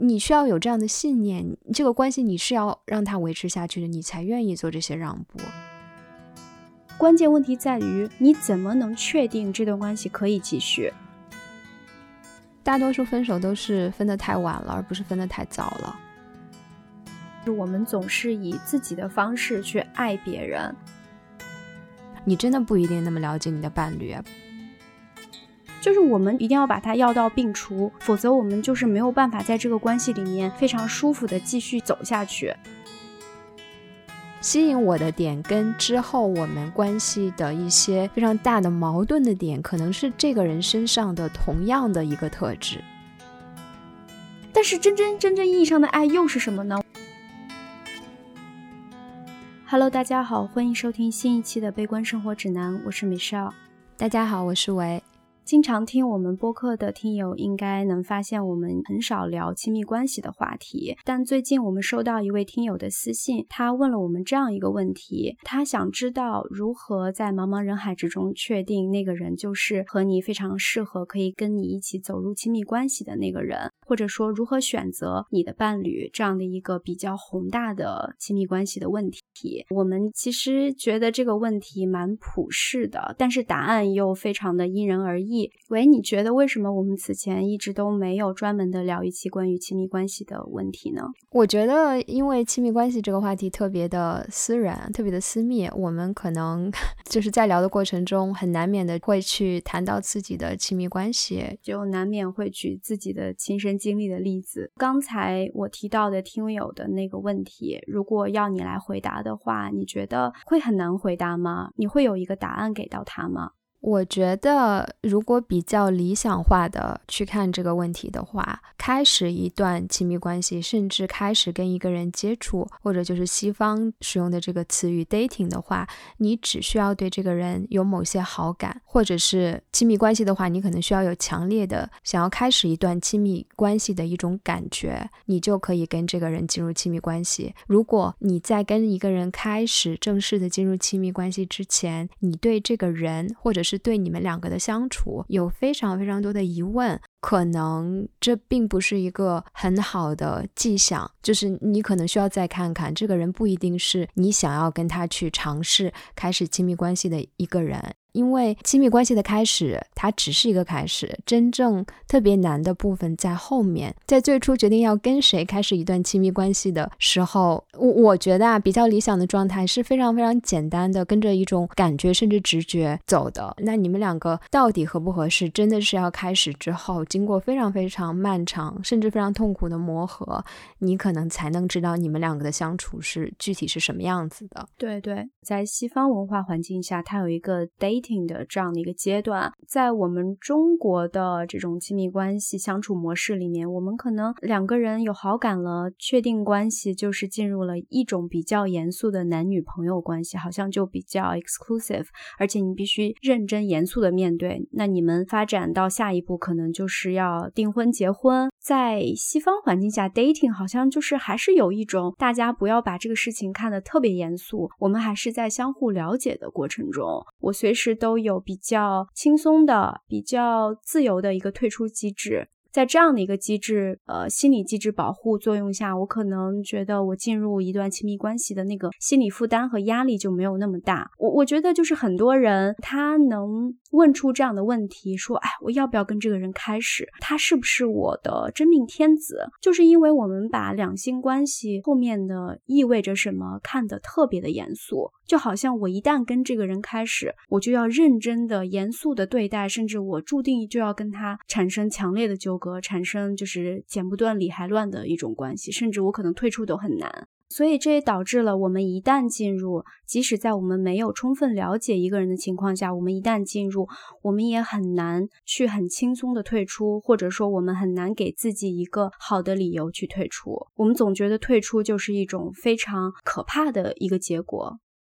你需要有这样的信念，这个关系你是要让它维持下去的，你才愿意做这些让步。 关键问题在于你怎么能确定这段关系可以继续。 大多数分手都是分得太晚了，而不是分得太早了。 我们总是以自己的方式去爱别人， 你真的不一定那么了解你的伴侣， 就是我们一定要把它药到病除，否则我们就是没有办法在这个关系里面非常舒服的继续走下去。 吸引我的点跟之后我们关系的一些非常大的矛盾的点，可能是这个人身上的同样的一个特质。 但是真正意义上的爱又是什么呢？ Hello， 大家好，欢迎收听新一期的悲观生活指南，我是 Michelle。 大家好，我是维。 经常听我们播客的听友应该能发现我们很少聊亲密关系的话题，但最近我们收到一位听友的私信，他问了我们这样一个问题，他想知道如何在茫茫人海之中确定那个人就是和你非常适合可以跟你一起走入亲密关系的那个人，或者说如何选择你的伴侣，这样的一个比较宏大的亲密关系的问题。我们其实觉得这个问题蛮普世的，但是答案又非常的因人而异。喂，你觉得为什么我们此前一直都没有专门的聊一期关于亲密关系的问题呢？ 我觉得因为亲密关系这个话题特别的私人，特别的私密，我们可能就是在聊的过程中很难免的会去谈到自己的亲密关系， 就难免会举自己的亲身经历的例子。刚才我提到的听友的那个问题，如果要你来回答的话，你觉得会很难回答吗？你会有一个答案给到他吗？ 我觉得如果比较理想化的去看这个问题的话，开始一段亲密关系，甚至开始跟一个人接触，或者就是西方使用的这个词语 dating 的话，你只需要对这个人有某些好感，或者是亲密关系的话，你可能需要有强烈的想要开始一段亲密关系的一种感觉，你就可以跟这个人进入亲密关系。如果你在跟一个人开始正式的进入亲密关系之前，你对这个人或者是对你们两个的相处有非常非常多的疑问，可能这并不是一个很好的迹象，就是你可能需要再看看这个人不一定是你想要跟他去尝试开始亲密关系的一个人。因为亲密关系的开始它只是一个开始，真正特别难的部分在后面。在最初决定要跟谁开始一段亲密关系的时候，我觉得比较理想的状态是非常非常简单的，跟着一种感觉甚至直觉走的。那你们两个到底合不合适，真的是要开始之后经过非常非常漫长甚至非常痛苦的磨合，你可能才能知道你们两个的相处是具体是什么样子的。 对，在西方文化环境下，它有一个 dating的这样的一个阶段。在我们中国的这种亲密关系相处模式里面，我们可能两个人有好感了，确定关系就是进入了一种比较严肃的男女朋友关系，好像就比较 exclusive， 而且你必须认真严肃的面对，那你们发展到下一步可能就是要订婚结婚。在西方环境下 dating 好像就是还是有一种大家不要把这个事情看得特别严肃，我们还是在相互了解的过程中，我随时都有比较轻松的比较自由的一个退出机制。在这样的一个机制心理机制保护作用下，我可能觉得我进入一段亲密关系的那个心理负担和压力就没有那么大。我觉得就是很多人他能问出这样的问题，说我要不要跟这个人开始，他是不是我的真命天子，就是因为我们把两性关系后面的意味着什么看得特别的严肃，就好像我一旦跟这个人开始，我就要认真的严肃的对待，甚至我注定就要跟他产生强烈的纠葛，产生就是剪不断理还乱的一种关系，甚至我可能退出都很难。所以这也导致了我们一旦进入，即使在我们没有充分了解一个人的情况下，我们一旦进入，我们也很难去很轻松的退出，或者说我们很难给自己一个好的理由去退出。我们总觉得退出就是一种非常可怕的一个结果。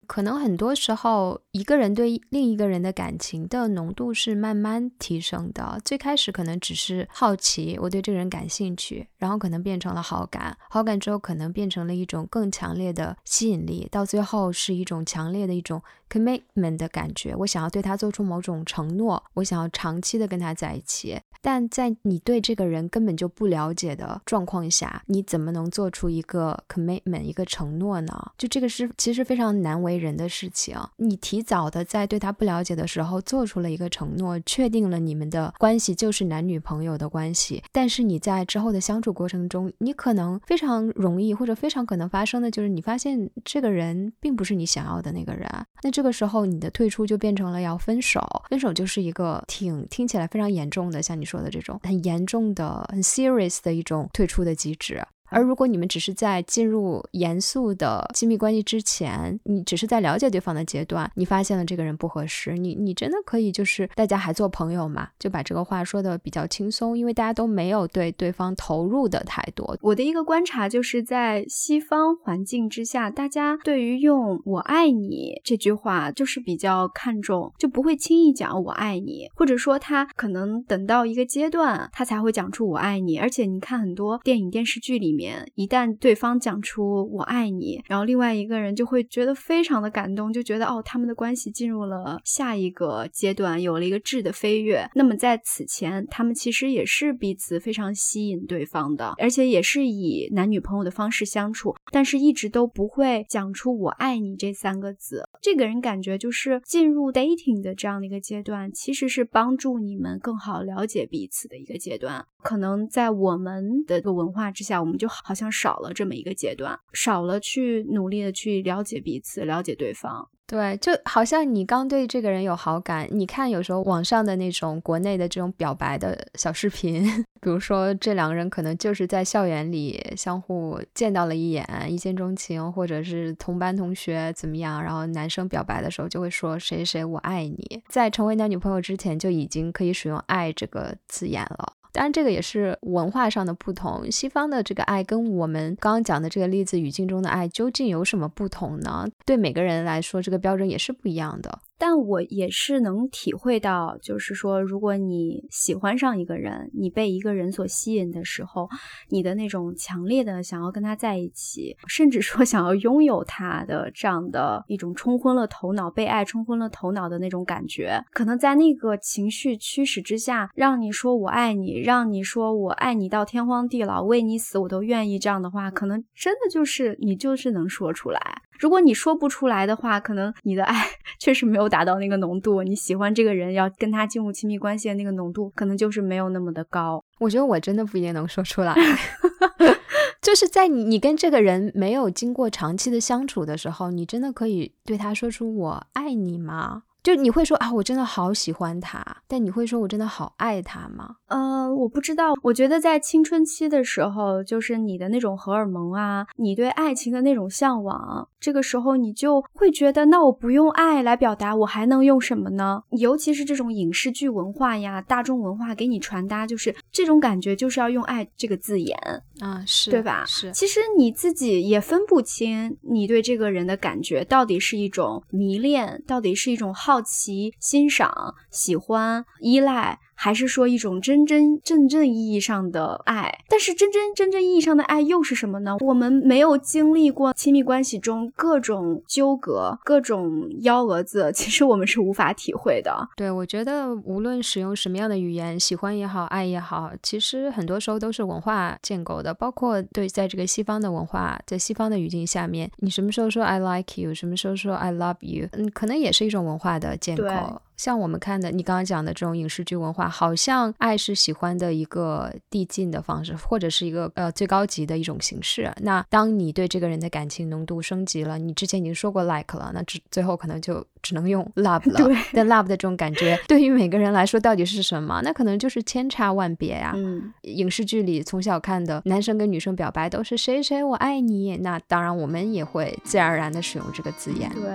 可能很多时候一个人对另一个人的感情的浓度是慢慢提升的，最开始可能只是好奇，我对这个人感兴趣，然后可能变成了好感，好感之后可能变成了一种更强烈的吸引力，到最后是一种强烈的一种 commitment 的感觉，我想要对他做出某种承诺，我想要长期的跟他在一起。但在你对这个人根本就不了解的状况下，你怎么能做出一个 commitment 一个承诺呢？就这个是其实非常难为人的事情。你提早的在对他不了解的时候做出了一个承诺，确定了你们的关系就是男女朋友的关系，但是你在之后的相处过程中，你可能非常容易或者非常可能发生的就是你发现这个人并不是你想要的那个人，那这个时候你的退出就变成了要分手。分手就是一个听起来非常严重的，像你说的这种很严重的很 serious 的一种退出的机制。而如果你们只是在进入严肃的亲密关系之前，你只是在了解对方的阶段，你发现了这个人不合适，你真的可以就是大家还做朋友嘛，就把这个话说的比较轻松，因为大家都没有对对方投入的太多。 我的一个观察就是在西方环境之下，大家对于用我爱你这句话就是比较看重，就不会轻易讲我爱你，或者说他可能等到一个阶段他才会讲出我爱你。而且你看很多电影电视剧里面，一旦对方讲出我爱你，然后另外一个人就会觉得非常的感动，就觉得他们的关系进入了下一个阶段，有了一个质的飞跃。那么在此前他们其实也是彼此非常吸引对方的，而且也是以男女朋友的方式相处，但是一直都不会讲出我爱你这3个字。这个人感觉就是进入 dating 的这样的一个阶段，其实是帮助你们更好了解彼此的一个阶段。可能在我们的文化之下，我们就好像少了这么一个阶段，少了去努力的去了解彼此，了解对方。 对，就好像你刚对这个人有好感，你看有时候网上的那种国内的这种表白的小视频，比如说这两个人可能就是在校园里相互见到了一眼，一见钟情，或者是同班同学怎么样，然后男生表白的时候就会说谁谁我爱你，在成为男女朋友之前就已经可以使用爱这个字眼了。当然这个也是文化上的不同，西方的这个爱跟我们刚刚讲的这个例子语境中的爱究竟有什么不同呢？对每个人来说这个标准也是不一样的。 但我也是能体会到，就是说如果你喜欢上一个人，你被一个人所吸引的时候，你的那种强烈的想要跟他在一起，甚至说想要拥有他的这样的一种冲昏了头脑，被爱冲昏了头脑的那种感觉，可能在那个情绪驱使之下，让你说我爱你，让你说我爱你到天荒地老，为你死我都愿意，这样的话可能真的就是你就是能说出来。如果你说不出来的话，可能你的爱确实没有达到那个浓度，你喜欢这个人要跟他进入亲密关系的那个浓度可能就是没有那么的高。 我觉得我真的不一定能说出来就是在你跟这个人没有经过长期的相处的时候，你真的可以对他说出我爱你吗？就你会说我真的好喜欢他，但你会说我真的好爱他吗？ 我不知道，我觉得在青春期的时候，就是你的那种荷尔蒙啊，你对爱情的那种向往，这个时候你就会觉得那我不用爱来表达，我还能用什么呢？尤其是这种影视剧文化呀，大众文化给你传达就是这种感觉，就是要用爱这个字眼啊，是， 对吧？ 是， 其实你自己也分不清你对这个人的感觉到底是一种迷恋，到底是一种好奇、欣赏、喜欢、依赖，还是说一种真正意义上的爱。但是真正意义上的爱又是什么呢？我们没有经历过亲密关系中各种纠葛，各种幺蛾子，其实我们是无法体会的。 对，我觉得无论使用什么样的语言，喜欢也好，爱也好，其实很多时候都是文化建构的，包括对在这个西方的文化，在西方的语境下面，你什么时候说 I like you， 什么时候说 I love you， 可能也是一种文化的建构。像我们看的你刚刚讲的这种影视剧文化，好像爱是喜欢的一个递进的方式，或者是一个最高级的一种形式。那当你对这个人的感情浓度升级了，你之前已经说过 like 了，那最后可能就只能用 love 了。但 love 的这种感觉对于每个人来说到底是什么？那可能就是千差万别呀。影视剧里从小看的男生跟女生表白都是谁谁我爱你，那当然我们也会自然而然的使用这个字眼。 对，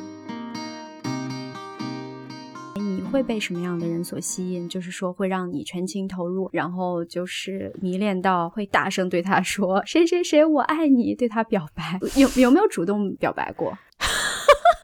会被什么样的人所吸引，就是说会让你全情投入，然后就是迷恋到会大声对他说谁谁谁我爱你，对他表白。有没有主动表白过？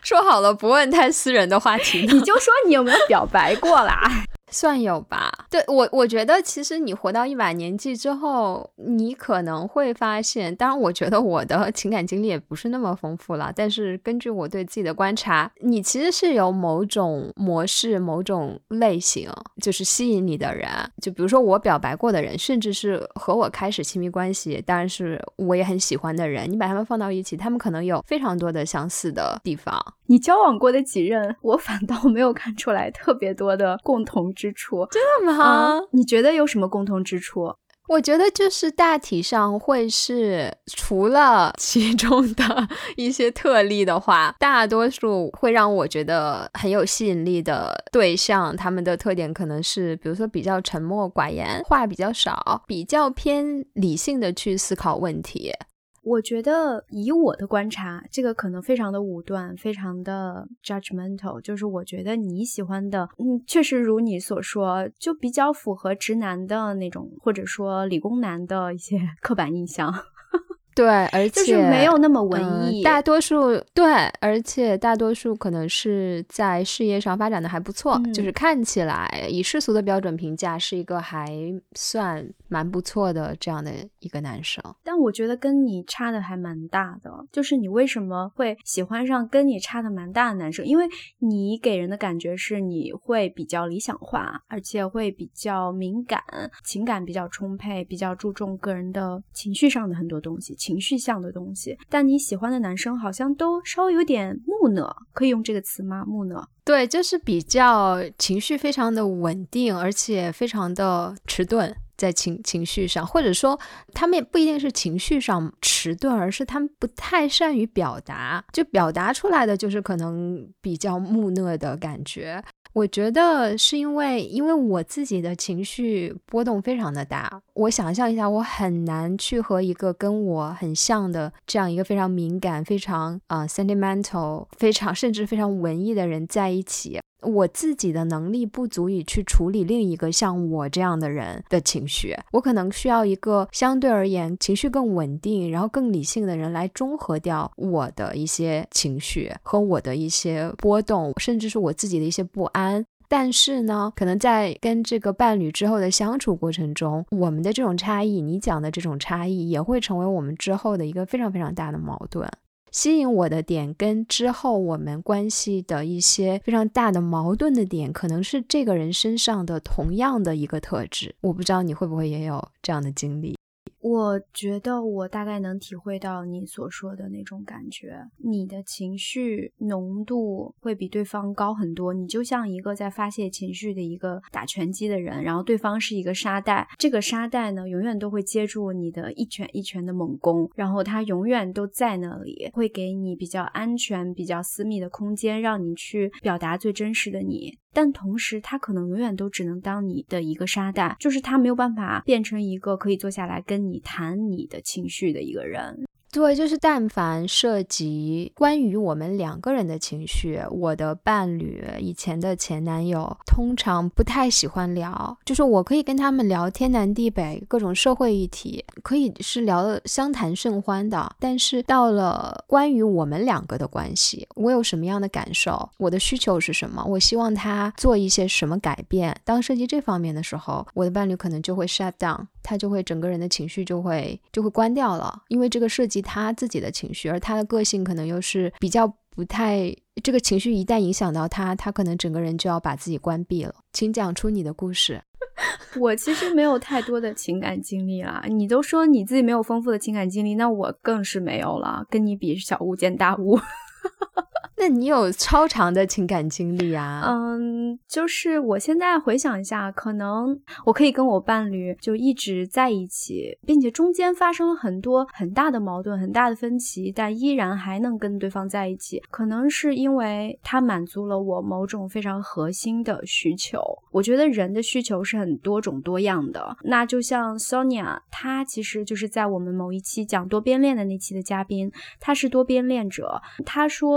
说好了不问太私人的话题呢。 你就说你有没有表白过啦？ 算有吧。对，我觉得其实你活到一把年纪之后，你可能会发现，当然我觉得我的情感经历也不是那么丰富了，但是根据我对自己的观察，你其实是有某种模式某种类型就是吸引你的人，就比如说我表白过的人，甚至是和我开始亲密关系当然是我也很喜欢的人，你把他们放到一起，他们可能有非常多的相似的地方。 你交往过的几任，我反倒没有看出来特别多的共同之处。 真的吗？ 你觉得有什么共同之处？ 我觉得就是大体上会是，除了其中的一些特例的话，大多数会让我觉得很有吸引力的对象，他们的特点可能是比如说比较沉默寡言，话比较少，比较偏理性的去思考问题。 我觉得以我的观察，这个可能非常的武断，非常的 judgmental， 就是我觉得你喜欢的确实如你所说，就比较符合直男的那种，或者说理工男的一些刻板印象。 对，而且就是没有那么文艺， 大多数对，而且大多数可能是在事业上发展的还不错，就是看起来以世俗的标准评价是一个还算蛮不错的这样的一个男生。 但我觉得跟你差的还蛮大的，就是你为什么会喜欢上跟你差的蛮大的男生？因为你给人的感觉是你会比较理想化，而且会比较敏感，情感比较充沛，比较注重个人的情绪上的很多东西，情绪向的东西。但你喜欢的男生好像都稍微有点木讷，可以用这个词吗？木讷。 对，就是比较情绪非常的稳定，而且非常的迟钝在情绪上，或者说他们也不一定是情绪上迟钝，而是他们不太善于表达，就表达出来的就是可能比较木讷的感觉。我觉得是因为我自己的情绪波动非常的大，我想象一下，我很难去和一个跟我很像的这样一个非常敏感非常sentimental 非常甚至非常文艺的人在一起，我自己的能力不足以去处理另一个像我这样的人的情绪，我可能需要一个相对而言情绪更稳定然后更理性的人来中和掉我的一些情绪和我的一些波动，甚至是我自己的一些不安。但是呢，可能在跟这个伴侣之后的相处过程中，我们的这种差异，你讲的这种差异也会成为我们之后的一个非常非常大的矛盾。吸引我的点跟之后我们关系的一些非常大的矛盾的点，可能是这个人身上的同样的一个特质。我不知道你会不会也有这样的经历。 我觉得我大概能体会到你所说的那种感觉，你的情绪浓度会比对方高很多，你就像一个在发泄情绪的一个打拳击的人，然后对方是一个沙袋，这个沙袋呢永远都会接住你的一拳一拳的猛攻，然后他永远都在那里，会给你比较安全比较私密的空间，让你去表达最真实的你，但同时他可能永远都只能当你的一个沙袋，就是他没有办法变成一个可以坐下来跟你谈你的情绪的一个人。 对，就是但凡涉及关于我们两个人的情绪，我的伴侣以前的前男友通常不太喜欢聊，就是我可以跟他们聊天南地北各种社会议题，可以是聊得相谈甚欢的，但是到了关于我们两个的关系，我有什么样的感受，我的需求是什么，我希望他做一些什么改变，当涉及这方面的时候，我的伴侣可能就会 shut down， 他就会整个人的情绪就会关掉了，因为这个涉及他自己的情绪，而他的个性可能又是比较不太，这个情绪一旦影响到他可能整个人就要把自己关闭了。请讲出你的故事。 我其实没有太多的情感经历啦，你都说你自己没有丰富的情感经历，那我更是没有了，跟你比小巫见大巫。 那你有超长的情感经历啊？ 就是我现在回想一下，可能我可以跟我伴侣就一直在一起，并且中间发生了很多很大的矛盾很大的分歧，但依然还能跟对方在一起，可能是因为他满足了我某种非常核心的需求。我觉得人的需求是很多种多样的，那就像 Sonia， 她其实就是在我们某一期讲多边恋的那期的嘉宾，她是多边恋者，她说人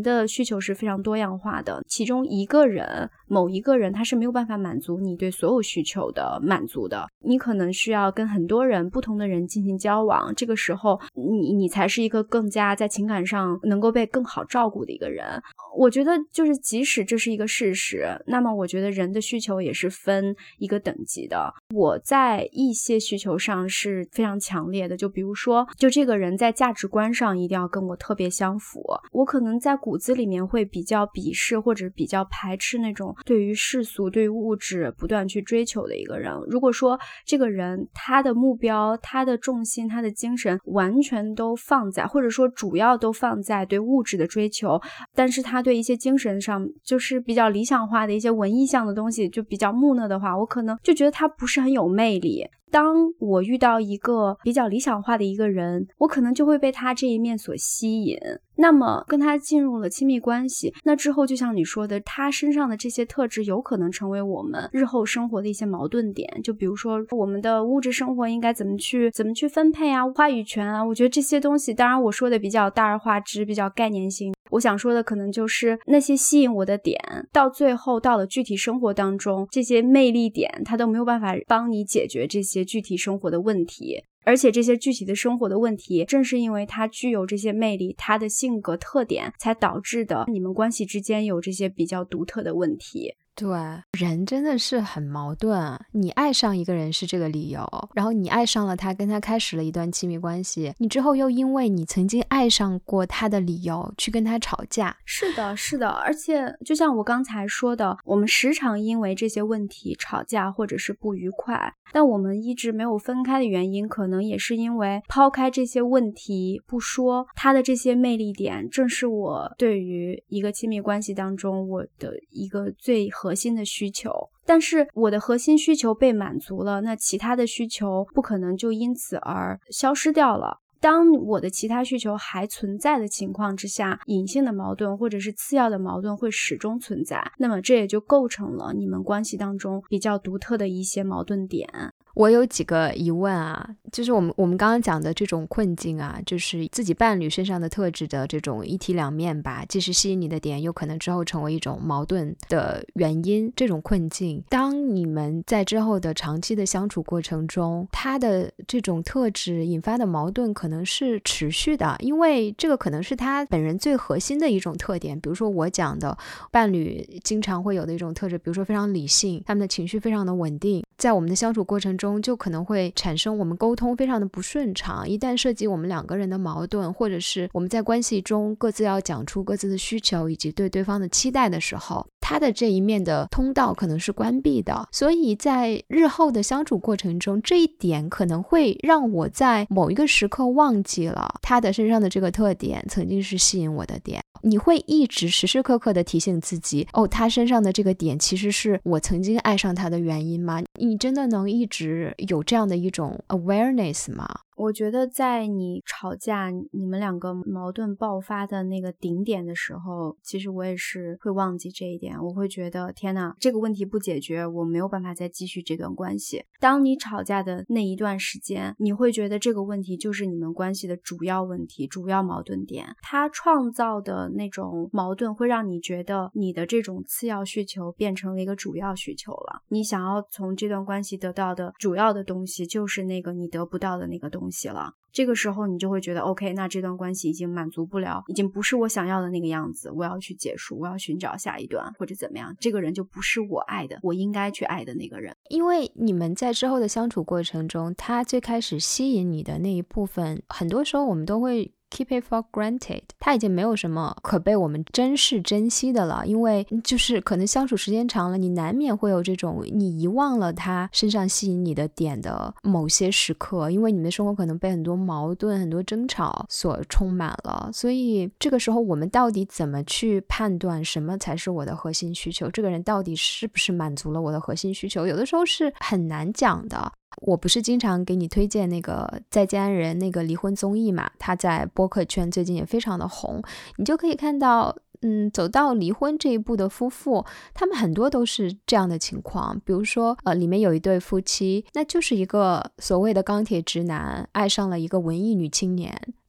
的需求是非常多样化的，其中某一个人他是没有办法满足你对所有需求的满足的，你可能需要跟很多人不同的人进行交往，这个时候你才是一个更加在情感上能够被更好照顾的一个人。我觉得就是即使这是一个事实，那么我觉得人的需求也是分一个等级的。我在一些需求上是非常强烈的，就比如说就这个人在价值观上一定要跟我特别相符，我可能在骨子里面会比较鄙视或者比较排斥那种对于世俗对于物质不断去追求的一个人。如果说这个人他的目标他的重心他的精神完全都放在或者说主要都放在对物质的追求，但是他对一些精神上就是比较理想化的一些文艺向的东西就比较木讷的话，我可能就觉得他不是很有魅力。当我遇到一个比较理想化的一个人，我可能就会被他这一面所吸引，那么跟他进入了亲密关系，那之后就像你说的，他身上的这些特质有可能成为我们日后生活的一些矛盾点，就比如说我们的物质生活应该怎么去分配啊，话语权啊，我觉得这些东西当然我说的比较大而化之比较概念性，我想说的可能就是那些吸引我的点到最后到了具体生活当中，这些魅力点它都没有办法帮你解决这些具体生活的问题，而且这些具体的生活的问题正是因为它具有这些魅力，它的性格特点才导致的你们关系之间有这些比较独特的问题。 对，人真的是很矛盾，你爱上一个人是这个理由，然后你爱上了他，跟他开始了一段亲密关系，你之后又因为你曾经爱上过他的理由去跟他吵架。 是的，而且就像我刚才说的，我们时常因为这些问题吵架或者是不愉快，但我们一直没有分开的原因可能也是因为抛开这些问题不说，他的这些魅力点正是我对于一个亲密关系当中我的一个最核心的需求，但是我的核心需求被满足了，那其他的需求不可能就因此而消失掉了。当我的其他需求还存在的情况之下，隐性的矛盾或者是次要的矛盾会始终存在，那么这也就构成了你们关系当中比较独特的一些矛盾点。 我有几个疑问啊，就是我们刚刚讲的这种困境啊，就是自己伴侣身上的特质的这种一体两面吧，既是吸引你的点，有可能之后成为一种矛盾的原因。这种困境，当你们在之后的长期的相处过程中，他的这种特质引发的矛盾可能是持续的，因为这个可能是他本人最核心的一种特点。比如说我讲的伴侣经常会有的一种特质，比如说非常理性，他们的情绪非常的稳定，在我们的相处过程中就可能会产生我们沟通非常的不顺畅，一旦涉及我们两个人的矛盾，或者是我们在关系中各自要讲出各自的需求以及对对方的期待的时候，他的这一面的通道可能是关闭的，所以在日后的相处过程中，这一点可能会让我在某一个时刻忘记了他的身上的这个特点曾经是吸引我的点。你会一直时时刻刻的提醒自己，他身上的这个点其实是我曾经爱上他的原因吗？你真的能一直有这样的一种 awareness 吗？ 我觉得在你吵架你们两个矛盾爆发的那个顶点的时候，其实我也是会忘记这一点，我会觉得天哪，这个问题不解决，我没有办法再继续这段关系。当你吵架的那一段时间，你会觉得这个问题就是你们关系的主要问题，主要矛盾点，它创造的那种矛盾会让你觉得你的这种次要需求变成了一个主要需求了，你想要从这段关系得到的主要的东西就是那个你得不到的那个东西了。这个时候你就会觉得 OK， 那这段关系已经满足不了，已经不是我想要的那个样子，我要去结束，我要寻找下一段或者怎么样，这个人就不是我爱的，我应该去爱的那个人。 因为你们在之后的相处过程中，他最开始吸引你的那一部分，很多时候我们都会keep it for granted， 它已经没有什么可被我们珍视珍惜的了，因为就是可能相处时间长了，你难免会有这种你遗忘了他身上吸引你的点的某些时刻，因为你们的生活可能被很多矛盾很多争吵所充满了，所以这个时候我们到底怎么去判断什么才是我的核心需求，这个人到底是不是满足了我的核心需求，有的时候是很难讲的。我不是经常给你推荐那个再见爱人那个离婚综艺嘛，他在播客圈最近也非常的红，你就可以看到走到离婚这一步的夫妇，他们很多都是这样的情况。比如说里面有一对夫妻，那就是一个所谓的钢铁直男爱上了一个文艺女青年，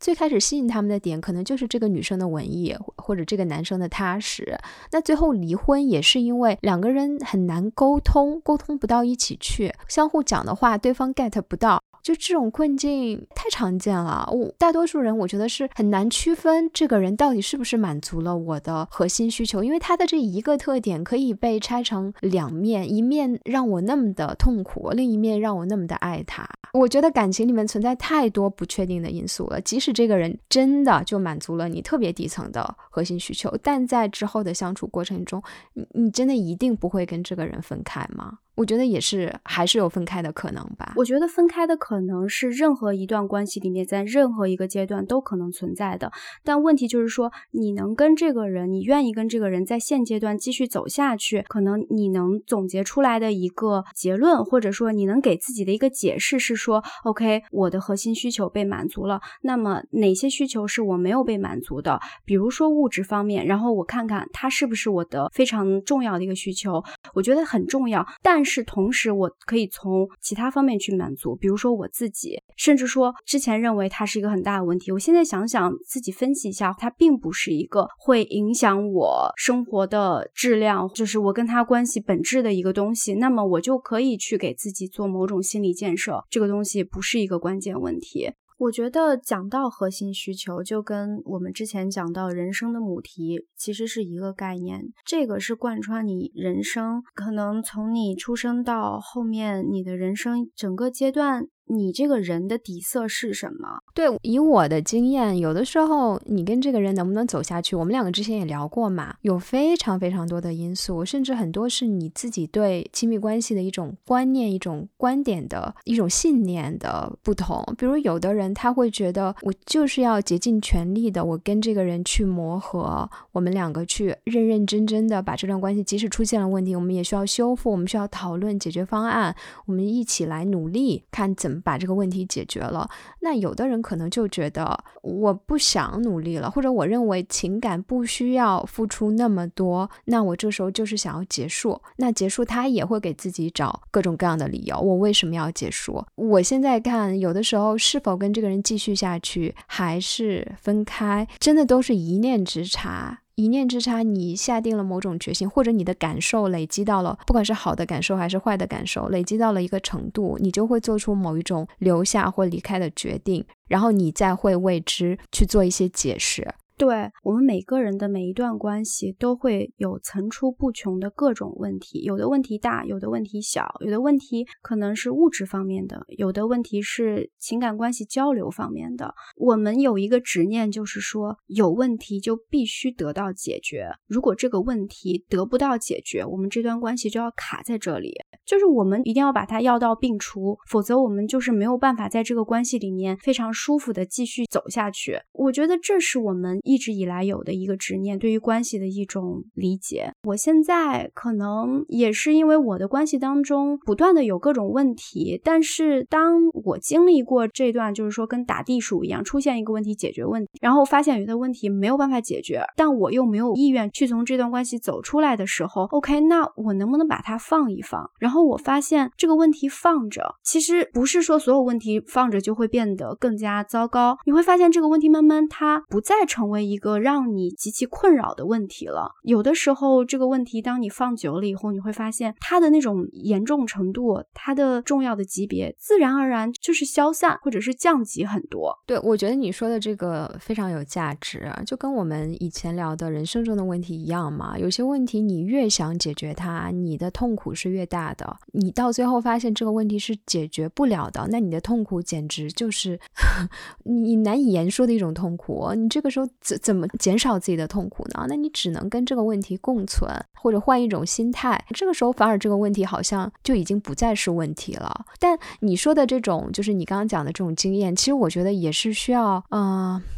最开始吸引他们的点可能就是这个女生的文艺，或者这个男生的踏实，那最后离婚也是因为两个人很难沟通不到一起去，相互讲的话对方 get 不到，就这种困境太常见了。大多数人我觉得是很难区分这个人到底是不是满足了我的核心需求，因为他的这一个特点可以被拆成两面，一面让我那么的痛苦，另一面让我那么的爱他。我觉得感情里面存在太多不确定的因素了，即使这个人真的就满足了你特别底层的核心需求，但在之后的相处过程中，你真的一定不会跟这个人分开吗？我觉得也是，还是有分开的可能吧。 我觉得分开的可能是任何一段关系里面，在任何一个阶段都可能存在的。但问题就是说，你能跟这个人，你愿意跟这个人在现阶段继续走下去，可能你能总结出来的一个结论，或者说你能给自己的一个解释是说 OK， 我的核心需求被满足了，那么哪些需求是我没有被满足的，比如说物质方面，然后我看看它是不是我的非常重要的一个需求，我觉得很重要，但是同时我可以从其他方面去满足，比如说我自己，甚至说之前认为它是一个很大的问题，我现在想想自己分析一下，它并不是一个会影响我生活的质量，就是我跟他关系本质的一个东西，那么我就可以去给自己做某种心理建设，这个东西不是一个关键问题。我觉得讲到核心需求，就跟我们之前讲到人生的母题其实是一个概念，这个是贯穿你人生，可能从你出生到后面你的人生整个阶段，你这个人的底色是什么？ 对，以我的经验，有的时候你跟这个人能不能走下去，我们两个之前也聊过嘛，有非常非常多的因素，甚至很多是你自己对亲密关系的一种观念、一种观点的一种信念的不同。比如有的人他会觉得我就是要竭尽全力的，我跟这个人去磨合，我们两个去认认真真的把这段关系，即使出现了问题，我们也需要修复，我们需要讨论解决方案，我们一起来努力看怎么把这个问题解决了。那有的人可能就觉得我不想努力了，或者我认为情感不需要付出那么多，那我这时候就是想要结束。那结束他也会给自己找各种各样的理由，我为什么要结束？我现在看有的时候是否跟这个人继续下去还是分开，真的都是一念之差。一念之差，你下定了某种决心，或者你的感受累积到了，不管是好的感受还是坏的感受，累积到了一个程度，你就会做出某一种留下或离开的决定，然后你再会为之去做一些解释。 对，我们每个人的每一段关系都会有层出不穷的各种问题，有的问题大，有的问题小，有的问题可能是物质方面的，有的问题是情感关系交流方面的。我们有一个执念，就是说有问题就必须得到解决，如果这个问题得不到解决，我们这段关系就要卡在这里，就是我们一定要把它药到病除，否则我们就是没有办法在这个关系里面非常舒服的继续走下去。我觉得这是我们一直以来有的一个执念，对于关系的一种理解。我现在可能也是因为我的关系当中不断的有各种问题，但是当我经历过这段就是说跟打地鼠一样，出现一个问题解决问题，然后发现有的问题没有办法解决，但我又没有意愿去从这段关系走出来的时候， OK， 那我能不能把它放一放？然后我发现这个问题放着，其实不是说所有问题放着就会变得更加糟糕，你会发现这个问题慢慢它不再成为一个让你极其困扰的问题了。有的时候这个问题当你放久了以后，你会发现它的那种严重程度，它的重要的级别自然而然就是消散或者是降级很多。 对，我觉得你说的这个非常有价值，就跟我们以前聊的人生中的问题一样嘛。有些问题你越想解决它，你的痛苦是越大的，你到最后发现这个问题是解决不了的，那你的痛苦简直就是你难以言说的一种痛苦。你这个时候怎么减少自己的痛苦呢？那你只能跟这个问题共存，或者换一种心态，这个时候反而这个问题好像就已经不再是问题了。但你说的这种就是你刚刚讲的这种经验，其实我觉得也是需要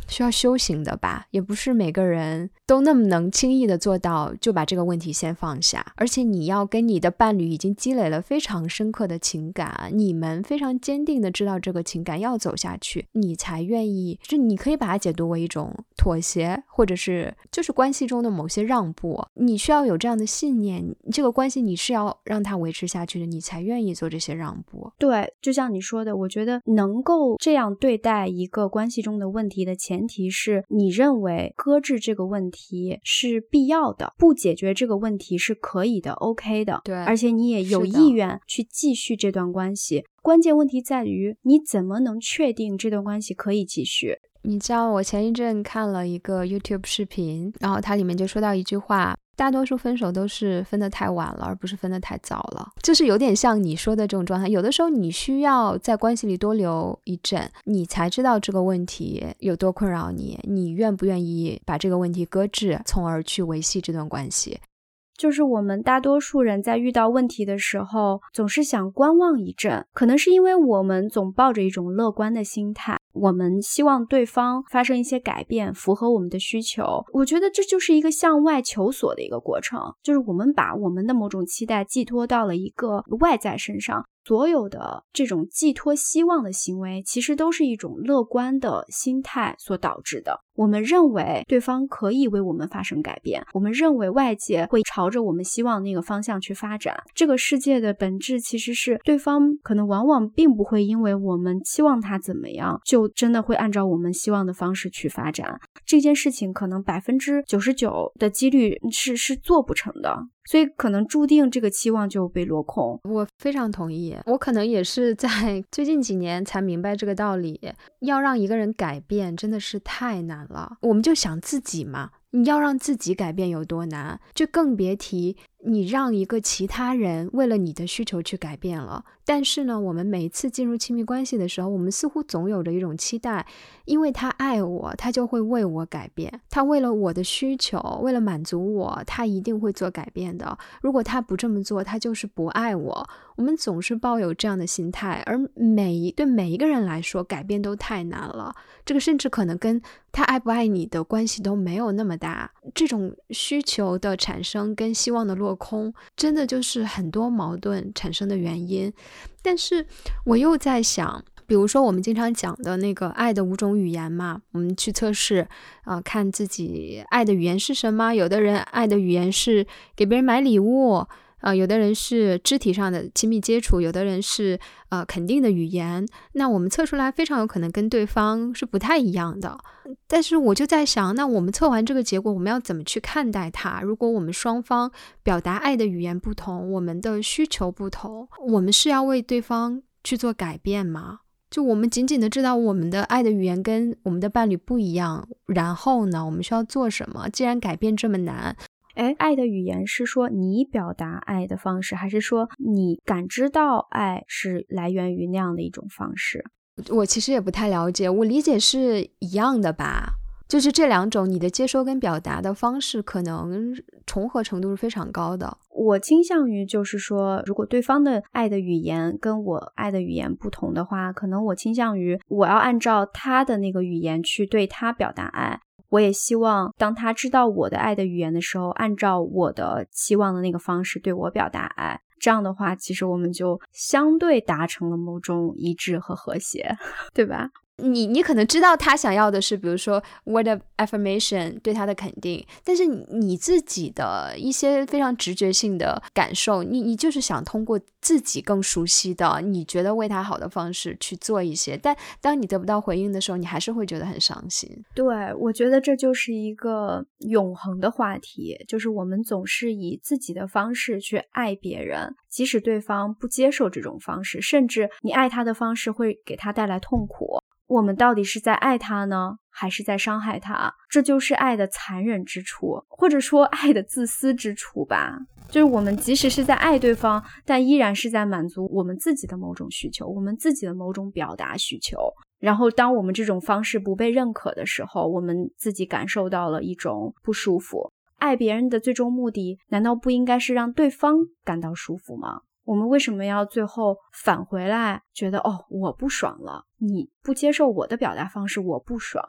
需要修行的吧，也不是每个人都那么能轻易的做到就把这个问题先放下，而且你要跟你的伴侣已经积累了非常深刻的情感，你们非常坚定的知道这个情感要走下去，你才愿意，就你可以把它解读为一种妥协，或者是就是关系中的某些让步，你需要有这样的信念，这个关系你是要让它维持下去的，你才愿意做这些让步。 对，就像你说的，我觉得能够这样对待一个关系中的问题的前提是你认为搁置这个问题是必要的，不解决这个问题是可以的 OK 的， 对， 而且你也有意愿去继续这段关系。关键问题在于你怎么能确定这段关系可以继续。 你知道我前一阵看了一个 YouTube 视频，然后它里面就说到一句话，大多数分手都是分得太晚了，而不是分得太早了。就是有点像你说的这种状态，有的时候你需要在关系里多留一阵，你才知道这个问题有多困扰你，你愿不愿意把这个问题搁置，从而去维系这段关系。 就是我们大多数人在遇到问题的时候总是想观望一阵，可能是因为我们总抱着一种乐观的心态，我们希望对方发生一些改变，符合我们的需求。我觉得这就是一个向外求索的一个过程，就是我们把我们的某种期待寄托到了一个外在身上。所有的这种寄托希望的行为其实都是一种乐观的心态所导致的。我们认为对方可以为我们发生改变，我们认为外界会朝着我们希望那个方向去发展。这个世界的本质其实是对方可能往往并不会因为我们期望他怎么样就真的会按照我们希望的方式去发展。这件事情可能99%的几率是做不成的，所以可能注定这个期望就被落空。 我非常同意，我可能也是在最近几年才明白这个道理，要让一个人改变真的是太难了。我们就想自己嘛，你要让自己改变有多难，就更别提你让一个其他人为了你的需求去改变了。但是呢，我们每一次进入亲密关系的时候，我们似乎总有着一种期待，因为他爱我，他就会为我改变，他为了我的需求，为了满足我，他一定会做改变的。如果他不这么做，他就是不爱我。我们总是抱有这样的心态，而对每一个人来说，改变都太难了。这个甚至可能跟他爱不爱你的关系都没有那么大。这种需求的产生跟希望的落空，真的就是很多矛盾产生的原因。但是我又在想，比如说我们经常讲的那个爱的5种语言嘛，我们去测试看自己爱的语言是什么。有的人爱的语言是给别人买礼物，有的人是肢体上的亲密接触，有的人是肯定的语言。那我们测出来非常有可能跟对方是不太一样的。但是我就在想，那我们测完这个结果，我们要怎么去看待它？如果我们双方表达爱的语言不同，我们的需求不同，我们是要为对方去做改变吗？就我们仅仅的知道我们的爱的语言跟我们的伴侣不一样，然后呢，我们需要做什么？既然改变这么难， 爱的语言是说你表达爱的方式，还是说你感知到爱是来源于那样的一种方式？ 我其实也不太了解，我理解是一样的吧，就是这两种你的接收跟表达的方式可能重合程度是非常高的。 我倾向于就是说，如果对方的爱的语言跟我爱的语言不同的话，可能我倾向于我要按照他的那个语言去对他表达爱。我也希望当他知道我的爱的语言的时候，按照我的期望的那个方式对我表达爱。这样的话，其实我们就相对达成了某种一致和和谐，对吧？ 你可能知道他想要的是比如说 word of affirmation 对他的肯定，但是你自己的一些非常直觉性的感受，你就是想通过自己更熟悉的你觉得为他好的方式去做一些，但当你得不到回应的时候，你还是会觉得很伤心。 对，我觉得这就是一个永恒的话题，就是我们总是以自己的方式去爱别人，即使对方不接受这种方式，甚至你爱他的方式会给他带来痛苦，我们到底是在爱他呢，还是在伤害他？这就是爱的残忍之处，或者说爱的自私之处吧。就是我们即使是在爱对方，但依然是在满足我们自己的某种需求，我们自己的某种表达需求。然后当我们这种方式不被认可的时候，我们自己感受到了一种不舒服。爱别人的最终目的，难道不应该是让对方感到舒服吗？我们为什么要最后返回来觉得我不爽了，你不接受我的表达方式，我不爽？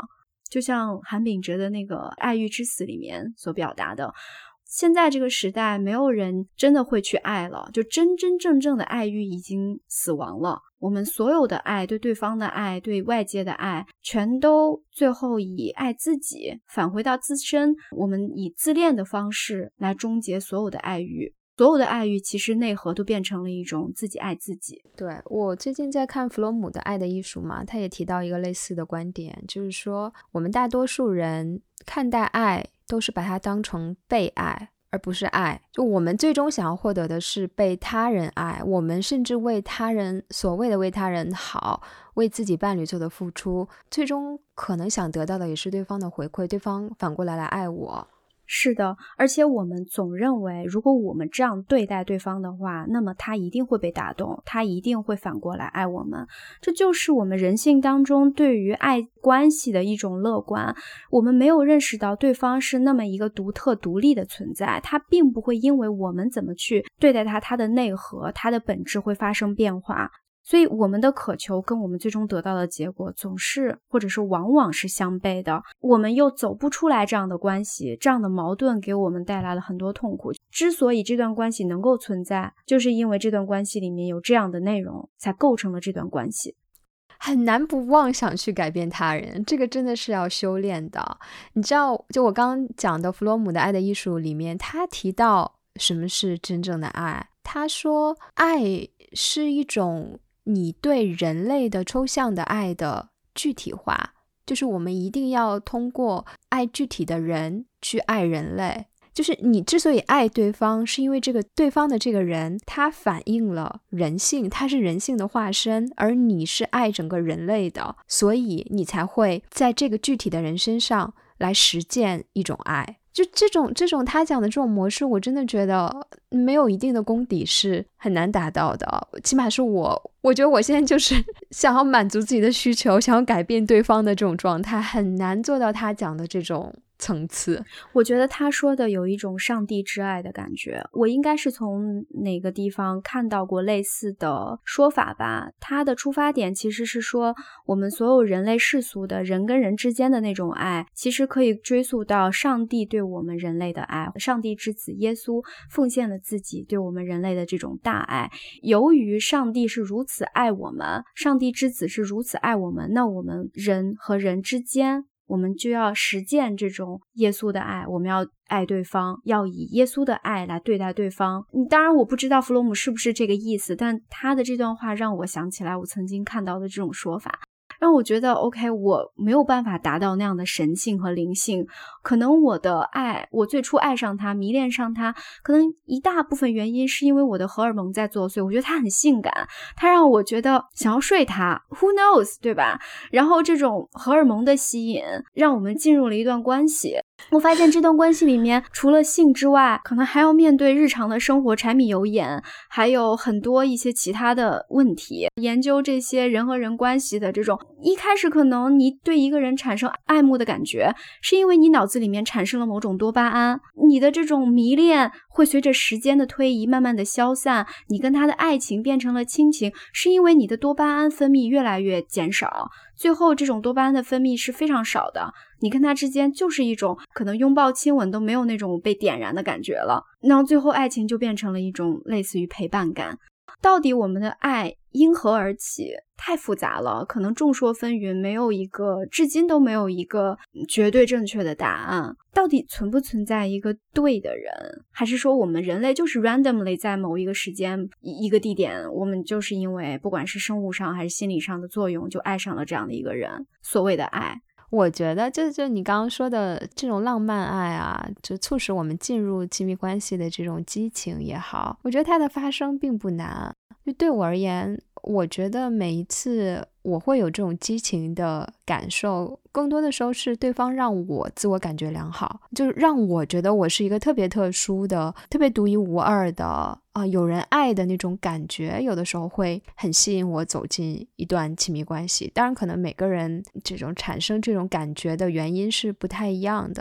就像韩炳哲的那个《爱欲之死》里面所表达的，现在这个时代没有人真的会去爱了，就真真正正的爱欲已经死亡了。我们所有的爱，对对方的爱，对外界的爱，全都最后以爱自己返回到自身，我们以自恋的方式来终结所有的爱欲。所有的爱欲其实内核都变成了一种自己爱自己。 对，我最近在看弗洛姆的《爱的艺术》嘛，他也提到一个类似的观点，就是说我们大多数人看待爱都是把它当成被爱而不是爱，就我们最终想要获得的是被他人爱，我们甚至为他人，所谓的为他人好，为自己伴侣做的付出，最终可能想得到的也是对方的回馈，对方反过来爱我。 是的，而且我们总认为如果我们这样对待对方的话，那么他一定会被打动，他一定会反过来爱我们。这就是我们人性当中对于爱关系的一种乐观。我们没有认识到对方是那么一个独特独立的存在，他并不会因为我们怎么去对待他，他的内核，他的本质会发生变化。所以我们的渴求跟我们最终得到的结果总是或者是往往是相悖的，我们又走不出来这样的关系，这样的矛盾给我们带来了很多痛苦。之所以这段关系能够存在，就是因为这段关系里面有这样的内容，才构成了这段关系。 很难不妄想去改变他人，这个真的是要修炼的。你知道，就我刚刚讲的弗洛姆的《爱的艺术》里面，他提到什么是真正的爱，他说爱是一种你对人类的抽象的爱的具体化，就是我们一定要通过爱具体的人去爱人类。就是你之所以爱对方，是因为这个对方的这个人他反映了人性，他是人性的化身，而你是爱整个人类的，所以你才会在这个具体的人身上来实践一种爱。就这种他讲的这种模式，我真的觉得没有一定的功底是很难达到的。起码是我觉得我现在就是想要满足自己的需求，想要改变对方的这种状态，很难做到他讲的这种层次。 我觉得他说的有一种上帝之爱的感觉，我应该是从哪个地方看到过类似的说法吧。他的出发点其实是说，我们所有人类世俗的人跟人之间的那种爱，其实可以追溯到上帝对我们人类的爱，上帝之子耶稣奉献了自己对我们人类的这种大爱。由于上帝是如此爱我们，上帝之子是如此爱我们，那我们人和人之间，我们就要实践这种耶稣的爱，我们要爱对方，要以耶稣的爱来对待对方。当然我不知道弗洛姆是不是这个意思，但他的这段话让我想起来我曾经看到的这种说法，让我觉得 OK， 我没有办法达到那样的神性和灵性。可能我的爱，我最初爱上他，迷恋上他，可能一大部分原因是因为我的荷尔蒙在作祟，我觉得他很性感，他让我觉得想要睡他 Who knows， 对吧？然后这种荷尔蒙的吸引让我们进入了一段关系，我发现这段关系里面除了性之外，可能还要面对日常的生活柴米油盐，还有很多一些其他的问题。研究这些人和人关系的这种，一开始可能你对一个人产生爱慕的感觉，是因为你脑子里面产生了某种多巴胺，你的这种迷恋会随着时间的推移慢慢的消散，你跟他的爱情变成了亲情，是因为你的多巴胺分泌越来越减少，最后这种多巴胺的分泌是非常少的，你跟他之间就是一种可能拥抱亲吻都没有那种被点燃的感觉了，那最后爱情就变成了一种类似于陪伴感。到底我们的爱因何而起，太复杂了，可能众说纷纭，没有一个，至今都没有一个绝对正确的答案。到底存不存在一个对的人，还是说我们人类就是 randomly 在某一个时间一个地点，我们就是因为不管是生物上还是心理上的作用，就爱上了这样的一个人，所谓的爱。 我觉得就你刚刚说的这种浪漫爱啊，就促使我们进入亲密关系的这种激情也好，我觉得它的发生并不难。就对我而言，我觉得每一次我会有这种激情的感受，更多的时候是对方让我自我感觉良好，就是让我觉得我是一个特别特殊的、特别独一无二的有人爱的那种感觉，有的时候会很吸引我走进一段亲密关系。当然可能每个人这种产生这种感觉的原因是不太一样的。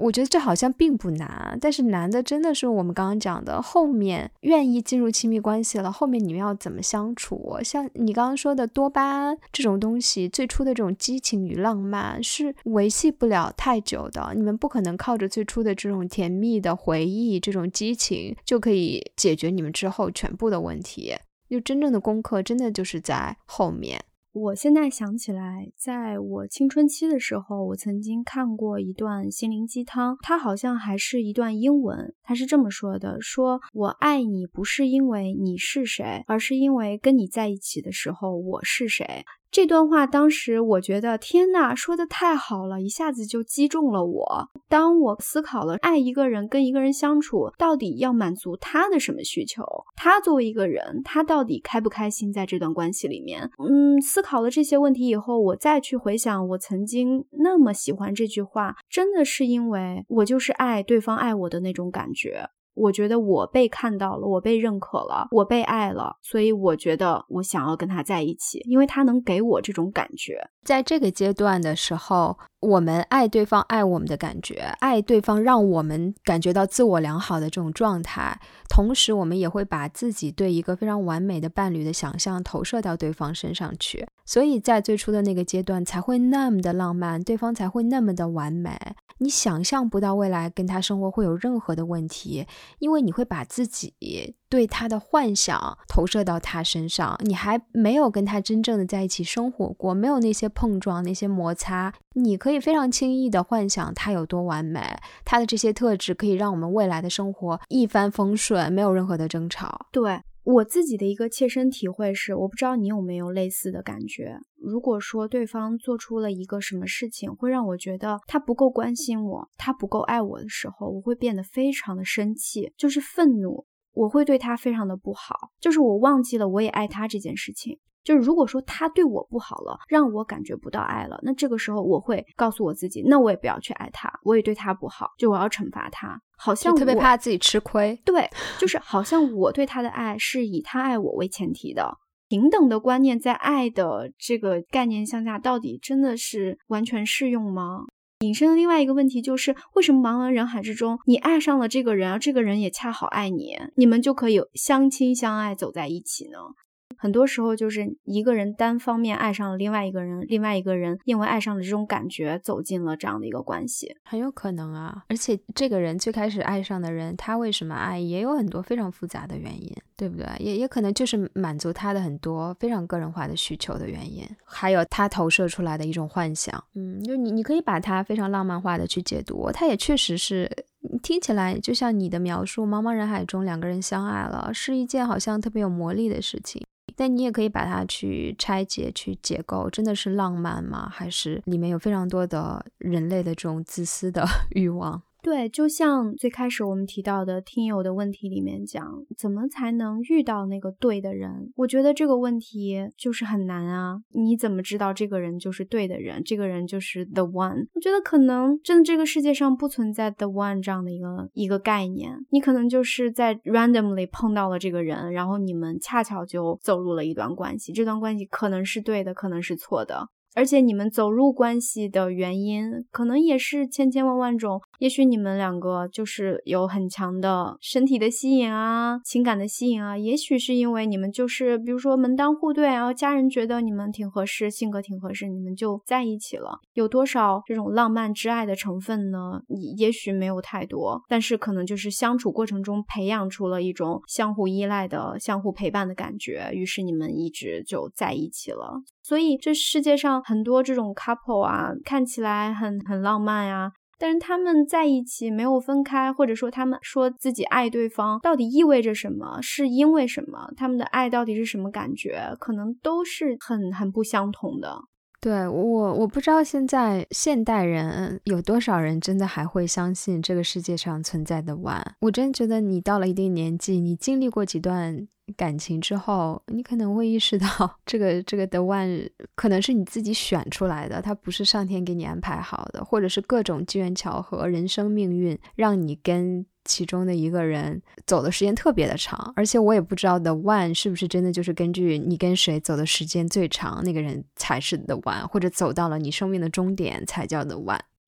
我觉得这好像并不难，但是难的真的是我们刚刚讲的后面愿意进入亲密关系了，后面你们要怎么相处。像你刚刚说的多巴胺这种东西，最初的这种激情与浪漫是维系不了太久的，你们不可能靠着最初的这种甜蜜的回忆，这种激情就可以解决你们之后全部的问题，就真正的功课真的就是在后面。 我现在想起来，在我青春期的时候，我曾经看过一段心灵鸡汤，它好像还是一段英文，它是这么说的，说我爱你不是因为你是谁，而是因为跟你在一起的时候我是谁。这段话当时我觉得天哪，说得太好了，一下子就击中了我。当我思考了爱一个人跟一个人相处到底要满足他的什么需求，他作为一个人他到底开不开心在这段关系里面，思考了这些问题以后，我再去回想我曾经那么喜欢这句话，真的是因为我就是爱对方爱我的那种感觉。我觉得我被看到了，我被认可了，我被爱了，所以我觉得我想要跟他在一起，因为他能给我这种感觉。 在这个阶段的时候，我们爱对方爱我们的感觉，爱对方让我们感觉到自我良好的这种状态，同时我们也会把自己对一个非常完美的伴侣的想象投射到对方身上去，所以在最初的那个阶段才会那么的浪漫，对方才会那么的完美，你想象不到未来跟他生活会有任何的问题，因为你会把自己对他的幻想投射到他身上，你还没有跟他真正的在一起生活过，没有那些碰撞那些摩擦，你可以非常轻易的幻想他有多完美，他的这些特质可以让我们未来的生活一帆风顺，没有任何的争吵。 对，我自己的一个切身体会是，我不知道你有没有类似的感觉，如果说对方做出了一个什么事情会让我觉得他不够关心我，他不够爱我的时候，我会变得非常的生气，就是愤怒，我会对他非常的不好，就是我忘记了我也爱他这件事情。就是如果说他对我不好了，让我感觉不到爱了，那这个时候我会告诉我自己，那我也不要去爱他，我也对他不好，就我要惩罚他，好像就特别怕自己吃亏。 对，就是好像我对他的爱是以他爱我为前提的。平等的观念在爱的这个概念向下，到底真的是完全适用吗？引申的另外一个问题就是，为什么茫茫人海之中，你爱上了这个人，而这个人也恰好爱你，你们就可以相亲相爱走在一起呢？很多时候就是一个人单方面爱上了另外一个人，另外一个人因为爱上了这种感觉走进了这样的一个关系， 很有可能啊。而且这个人最开始爱上的人，他为什么爱也有很多非常复杂的原因，对不对？也可能就是满足他的很多非常个人化的需求的原因，还有他投射出来的一种幻想。就你可以把它非常浪漫化的去解读，他也确实是听起来就像你的描述，茫茫人海中两个人相爱了，是一件好像特别有魔力的事情。但你也可以把它去拆解去解构，真的是浪漫吗？还是里面有非常多的人类的这种自私的欲望？ 对，就像最开始我们提到的听友的问题里面讲，怎么才能遇到那个对的人？我觉得这个问题就是很难啊，你怎么知道这个人就是对的人，这个人就是 the one？ 我觉得可能真的这个世界上不存在 the one 这样的一个概念，你可能就是在 randomly 碰到了这个人，然后你们恰巧就走入了一段关系，这段关系可能是对的，可能是错的，而且你们走入关系的原因可能也是千千万万种，也许你们两个就是有很强的身体的吸引啊，情感的吸引啊，也许是因为你们就是比如说门当户对，然后家人觉得你们挺合适，性格挺合适，你们就在一起了。有多少这种浪漫之爱的成分呢？也许没有太多，但是可能就是相处过程中培养出了一种相互依赖的相互陪伴的感觉，于是你们一直就在一起了。所以这世界上很多这种 couple 啊，看起来很浪漫啊，但是他们在一起没有分开，或者说他们说自己爱对方到底意味着什么，是因为什么，他们的爱到底是什么感觉，可能都是很不相同的。 对，我不知道现在现代人有多少人真的还会相信这个世界上存在的one。我真觉得你到了一定年纪，你经历过几段感情之后，你可能会意识到这个the one可能是你自己选出来的，它不是上天给你安排好的，或者是各种机缘巧合人生命运让你跟其中的一个人走的时间特别的长，而且我也不知道 the one 是不是真的就是根据你跟谁走的时间最长，那个人才是 the one， 或者走到了你生命的终点才叫 the one。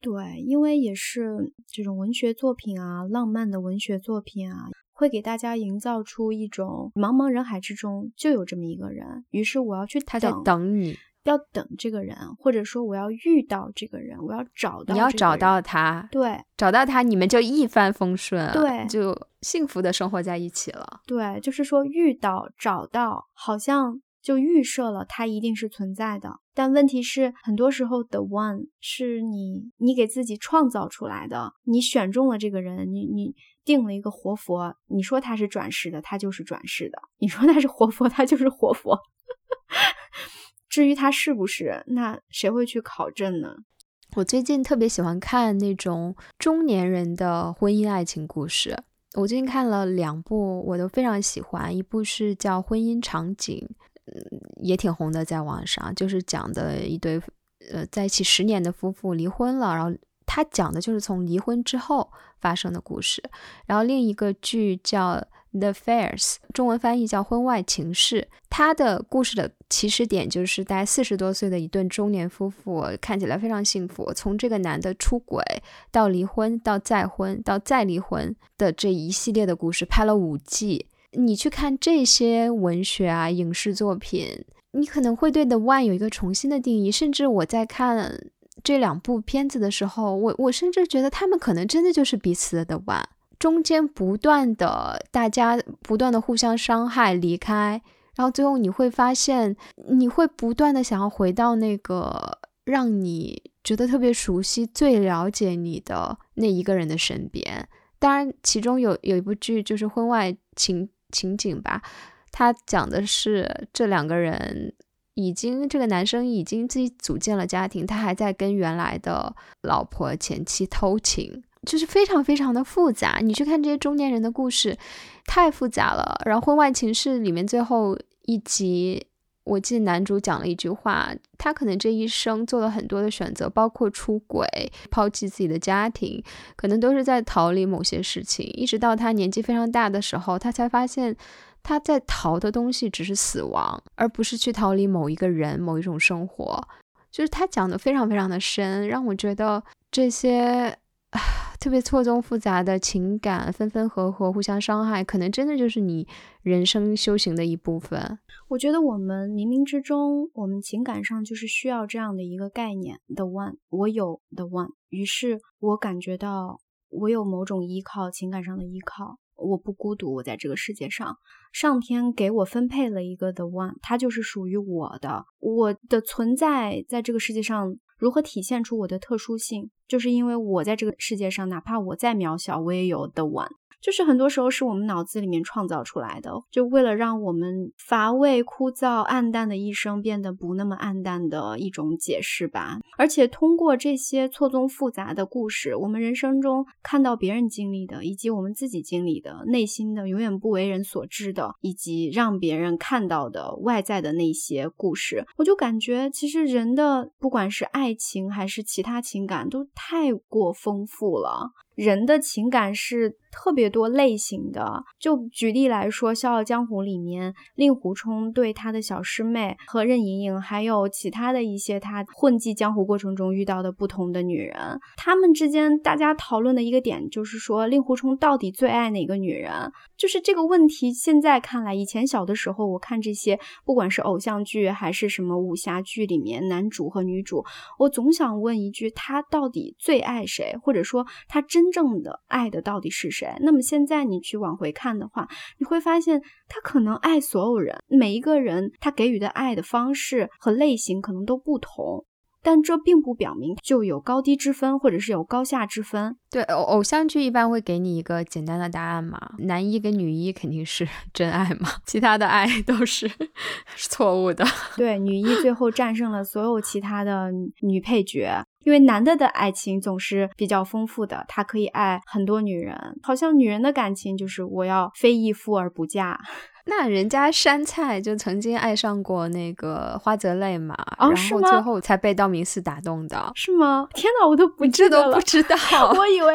对，因为也是这种文学作品啊，浪漫的文学作品啊，会给大家营造出一种茫茫人海之中就有这么一个人，于是我要去等， 他在等你， 要等这个人，或者说我要遇到这个人，我要找到这个人， 你要找到他， 对， 找到他，你们就一帆风顺， 对， 就幸福的生活在一起了。 对，就是说遇到找到，好像就预设了他一定是存在的，但问题是很多时候 the one 是你给自己创造出来的，你选中了这个人，你定了一个活佛，你说他是转世的，他就是转世的，你说他是活佛，他就是活佛。至于他是不是，那谁会去考证呢？ 我最近特别喜欢看那种中年人的婚姻爱情故事，我最近看了2部，我都非常喜欢。一部是叫《婚姻场景》，也挺红的，在网上，就是讲的一对在一起10年的夫妇离婚了，然后他讲的就是从离婚之后发生的故事。然后另一个剧叫The Affairs， 中文翻译叫婚外情事，他的故事的起始点就是大概40多岁的一对中年夫妇，看起来非常幸福，从这个男的出轨到离婚到再婚到再离婚的这一系列的故事，拍了5季。你去看这些文学啊影视作品，你可能会对 The One 有一个重新的定义，甚至我在看这2部片子的时候，我甚至觉得他们可能真的就是彼此的 The One， 中间不断的大家不断的互相伤害离开，然后最后你会发现你会不断的想要回到那个让你觉得特别熟悉最了解你的那一个人的身边。当然其中有一部剧就是婚外情景吧，他讲的是这2个人这个男生已经自己组建了家庭，他还在跟原来的老婆前妻偷情，就是非常非常的复杂。你去看这些中年人的故事太复杂了。然后婚外情事里面最后一集，我记得男主讲了一句话，他可能这一生做了很多的选择，包括出轨、抛弃自己的家庭，可能都是在逃离某些事情，一直到他年纪非常大的时候，他才发现他在逃的东西只是死亡，而不是去逃离某一个人、某一种生活。就是他讲的非常非常的深，让我觉得这些特别错综复杂的情感，分分合合，互相伤害，可能真的就是你人生修行的一部分。 我觉得我们冥冥之中，我们情感上就是需要这样的一个概念 The One， 我有 The One， 于是我感觉到我有某种依靠，情感上的依靠，我不孤独，我在这个世界上，上天给我分配了一个 The One， 它就是属于我的。我的存在在这个世界上如何体现出我的特殊性，就是因为我在这个世界上，哪怕我再渺小，我也有 The One。就是很多时候是我们脑子里面创造出来的，就为了让我们乏味、枯燥、暗淡的一生变得不那么暗淡的一种解释吧。而且通过这些错综复杂的故事，我们人生中看到别人经历的，以及我们自己经历的，内心的永远不为人所知的，以及让别人看到的外在的那些故事，我就感觉其实人的不管是爱情还是其他情感都太过丰富了。人的情感是特别多类型的，就举例来说，《笑傲江湖》里面令狐冲对他的小师妹和任盈盈，还有其他的一些他混迹江湖过程中遇到的不同的女人，他们之间大家讨论的一个点就是说，令狐冲到底最爱哪个女人？就是这个问题现在看来，以前小的时候我看这些不管是偶像剧还是什么武侠剧里面男主和女主，我总想问一句，他到底最爱谁？或者说他真正的爱的到底是谁？那么现在你去往回看的话，你会发现他可能爱所有人，每一个人他给予的爱的方式和类型可能都不同，但这并不表明就有高低之分，或者是有高下之分。 对，偶像剧一般会给你一个简单的答案嘛，男一跟女一肯定是真爱嘛，其他的爱都是错误的。 对，女一最后战胜了所有其他的女配角，因为男的爱情总是比较丰富的，他可以爱很多女人，好像女人的感情就是我要非义父而不嫁。 那人家杉菜就曾经爱上过那个花泽类嘛，然后最后才被道明寺打动的。 是吗？天哪，我都不记得了。 这都不知道。 我以为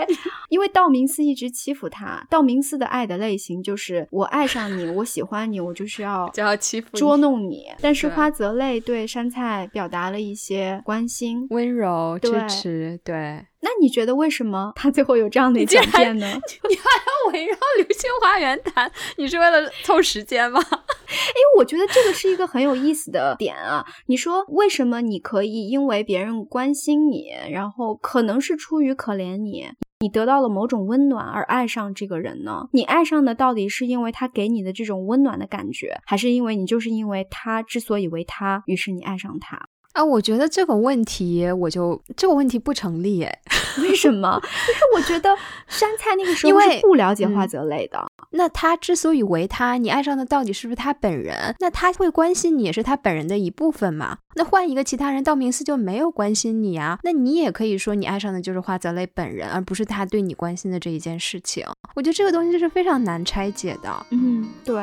因为道明寺一直欺负他，道明寺的爱的类型就是我爱上你，我喜欢你，我就是要欺负你捉弄你。但是花泽类对杉菜表达了一些关心、 温柔、支持。对， 那你觉得为什么他最后有这样的转变呢？ 你还要围绕流星花园谈，你是为了凑时间吗？ 我觉得这个是一个很有意思的点啊。你说为什么你可以因为别人关心你，然后可能是出于可怜你得到了某种温暖而爱上这个人呢？你爱上的到底是因为他给你的这种温暖的感觉，还是因为你就是因为他之所以为他，于是你爱上他？ 我觉得这个问题不成立耶。 为什么？因为我觉得杉菜那个时候是不了解花泽类的。 那他之所以为他，你爱上的到底是不是他本人？那他会关心你也是他本人的一部分嘛？那换一个其他人，道明寺就没有关心你啊，那你也可以说你爱上的就是花泽类本人，而不是他对你关心的这一件事情。我觉得这个东西是非常难拆解的。 对。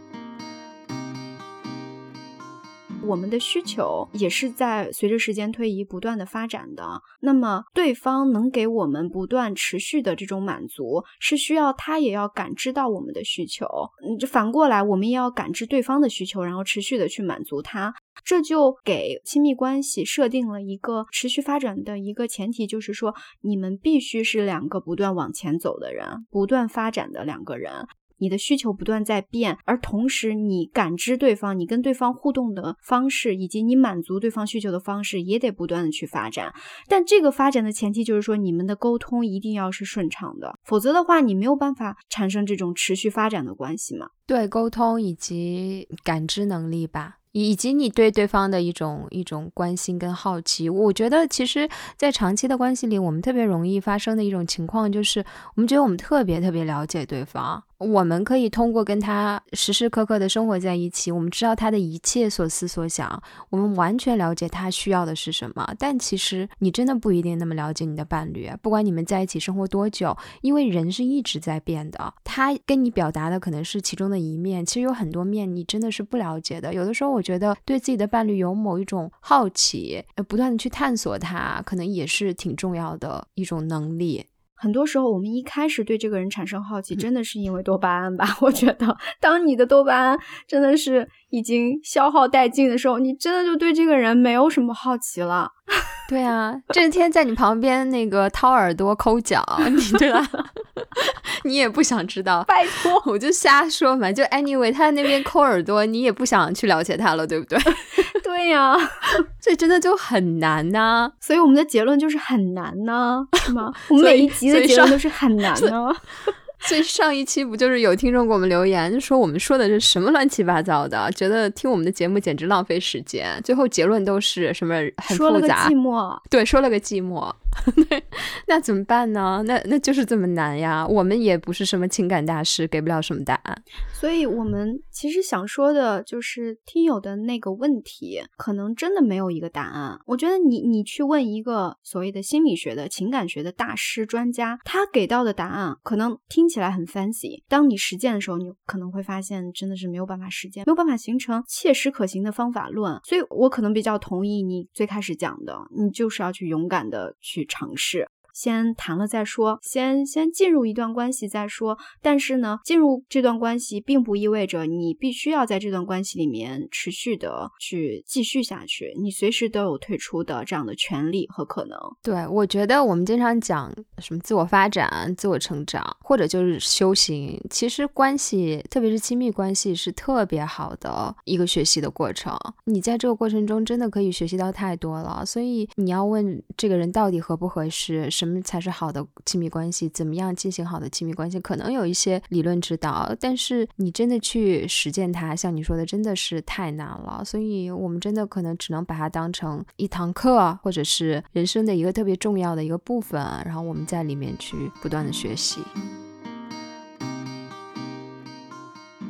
我们的需求也是在随着时间推移不断的发展的，那么对方能给我们不断持续的这种满足，是需要他也要感知到我们的需求，反过来我们也要感知对方的需求，然后持续的去满足他。这就给亲密关系设定了一个持续发展的一个前提，就是说你们必须是两个不断往前走的人，不断发展的两个人，你的需求不断在变，而同时你感知对方，你跟对方互动的方式，以及你满足对方需求的方式也得不断的去发展。但这个发展的前提就是说你们的沟通一定要是顺畅的，否则的话你没有办法产生这种持续发展的关系嘛。 对，沟通以及感知能力吧，以及你对对方的一种关心跟好奇。我觉得其实在长期的关系里，我们特别容易发生的一种情况就是我们觉得我们特别特别了解对方，我们可以通过跟他时时刻刻的生活在一起，我们知道他的一切所思所想，我们完全了解他需要的是什么。但其实你真的不一定那么了解你的伴侣，不管你们在一起生活多久，因为人是一直在变的，他跟你表达的可能是其中的一面，其实有很多面你真的是不了解的。有的时候我觉得对自己的伴侣有某一种好奇，不断的去探索他，可能也是挺重要的一种能力。 很多时候我们一开始对这个人产生好奇，真的是因为多巴胺吧。我觉得当你的多巴胺真的是已经消耗殆尽的时候，你真的就对这个人没有什么好奇了。 对啊，这天在你旁边那个掏耳朵抠脚，你对吧？你也不想知道， 拜托， 我就瞎说嘛。就 anyway， 他在那边抠耳朵，你也不想去了解他了，对不对？ 对呀， 所以真的就很难啊。 所以我们的结论就是很难呢，是吗？我们每一集的结论都是很难呢。 所以上一期不就是有听众给我们留言，就说我们说的是什么乱七八糟的，觉得听我们的节目简直浪费时间，最后结论都是什么很复杂， 说了个寂寞。 对，说了个寂寞。对，那怎么办呢？那就是这么难呀。我们也不是什么情感大师，给不了什么答案。 所以我们其实想说的就是听友的那个问题可能真的没有一个答案。我觉得你去问一个所谓的心理学的情感学的大师专家，他给到的答案可能听起来很 fancy， 当你实践的时候，你可能会发现真的是没有办法实践，没有办法形成切实可行的方法论。所以我可能比较同意你最开始讲的，你就是要去勇敢的去尝试，先谈了再说，先进入一段关系再说。但是呢，进入这段关系并不意味着你必须要在这段关系里面持续的去继续下去，你随时都有退出的这样的权利和可能。 对，我觉得我们经常讲什么自我发展、自我成长，或者就是修行，其实关系，特别是亲密关系，是特别好的一个学习的过程。你在这个过程中真的可以学习到太多了，所以你要问这个人到底合不合适，什么才是好的亲密关系，怎么样进行好的亲密关系，可能有一些理论指导，但是你真的去实践它，像你说的真的是太难了。所以我们真的可能只能把它当成一堂课，或者是人生的一个特别重要的一个部分，然后我们在里面去不断的学习。 我